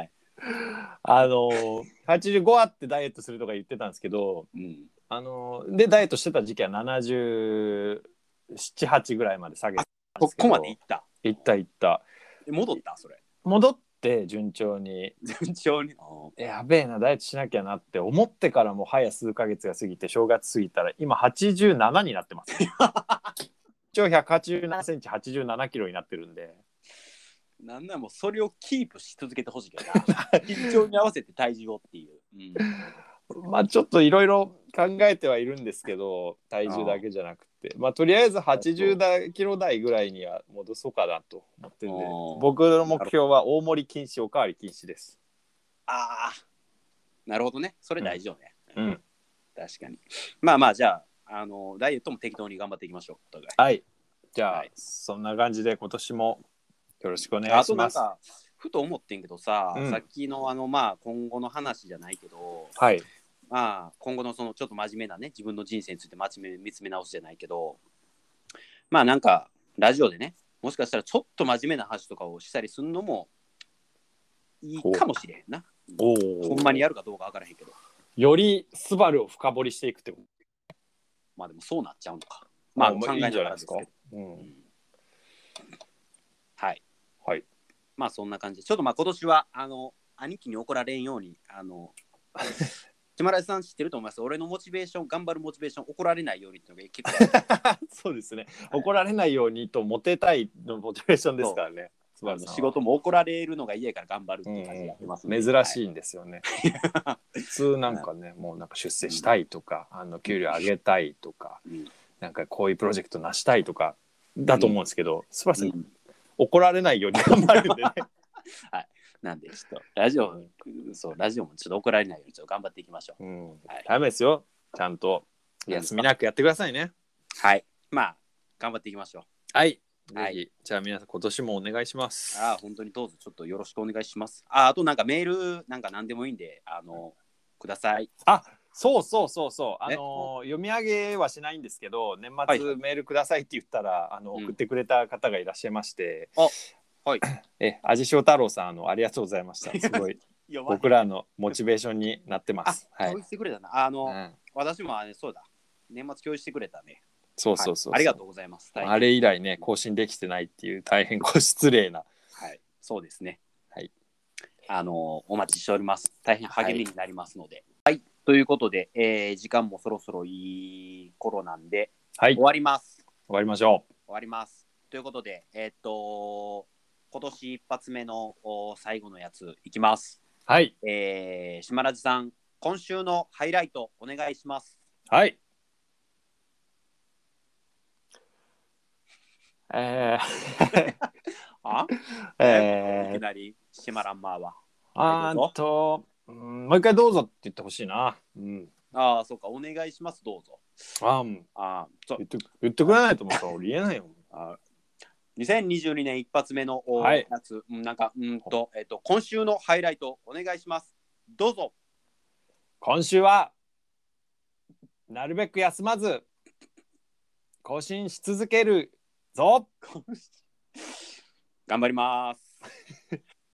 85あってダイエットするとか言ってたんですけど、うん、でダイエットしてた時期は77、8ぐらいまで下げてたんですけど。 ここまでいった。 いった。 戻ったそれ。 戻って順調に。やべえな、ダイエットしなきゃなって思ってからも早数ヶ月が過ぎて正月過ぎたら今87になってます。一応187センチ87キロになってるんで。 なんなもうそれをキープし続けてほしいけどな。緊張に合わせて体重をっていう。 まあちょっといろいろ考えてはいるんですけど、体重だけじゃなくて、まあとりあえず80キロ台ぐらいには戻そうかなと思ってるんで、僕の目標は大盛り禁止、おかわり禁止です。 ああ、なるほどね。それ大事よね。 うん。 確かに。まあまあ、じゃあ、ダイエットも適当に頑張っていきましょう。お互い。 はい。じゃあ、そんな感じで今年もよろしくお願いします。あとなんかふと思ってんけどさ、さっきのまあ今後の話じゃないけど、 はい。 まあ今後のそのちょっと真面目なね、自分の人生について見つめ直すじゃないけど、まあなんかラジオでね、もしかしたらちょっと真面目な話とかをしたりするのもいいかもしれへんな。ほんまにやるかどうか分からへんけど。 よりスバルを深掘りしていくってこと。 まあでもそうなっちゃうのか。まあ考えながらですけど。はい。 はい。 まあそんな感じで、ちょっとまあ今年は兄貴に怒られんように島田さん知ってると思います。俺のモチベーション、頑張るモチベーション、怒られないようにっていうのが結構そうですね、はい、怒られないようにとモテたいのモチベーションですからね。 仕事も怒られるのが嫌やから頑張るっていう感じでやってますね。 珍しいんですよね。はい、普通なんかね、もうなんか出世したいとか、給料上げたいとか、なんかこういうプロジェクト成したいとかだと思うんですけど、スバルさん、怒られないように頑張るんでね。 はい。なんでちょっとラジオもちょっと怒られないようにちょっと頑張っていきましょう。 はい、ダメですよ。ちゃんと休みなくやってくださいね。 はい。まあ頑張っていきましょう。 はい。ぜひ、じゃあ皆さん今年もお願いします。 本当にどうぞちょっとよろしくお願いします。あとなんかメールなんか何でもいいんでください。 そう読み上げはしないんですけど、年末メールくださいって言ったら、送ってくれた方がいらっしゃいまして、 はい、 味塩太郎さんありがとうございました。すごい僕らのモチベーションになってます。 共有してくれたな。私もそうだ、年末共有してくれたね。 そう、 ありがとうございます。 あれ以来ね、更新できてないっていう大変失礼な。 はい、そうですね。 はい、 お待ちしております。大変励みになりますので。はい、ということで、時間もそろそろいい頃なんで、終わります。 終わりましょう。 終わります。ということで、今年一発目の最後のやついきます。 はい。 島ラジさん、今週のハイライトお願いします。 はい。いきなり島ランマーは。 もう一回どうぞって言ってほしいな。 そうか、お願いします、どうぞ。 言ってくれないと思うから俺言えないよ。 2022年一発目のやつ、今週のハイライトお願いします。どうぞ。 今週はなるべく休まず更新し続けるぞ。 頑張ります。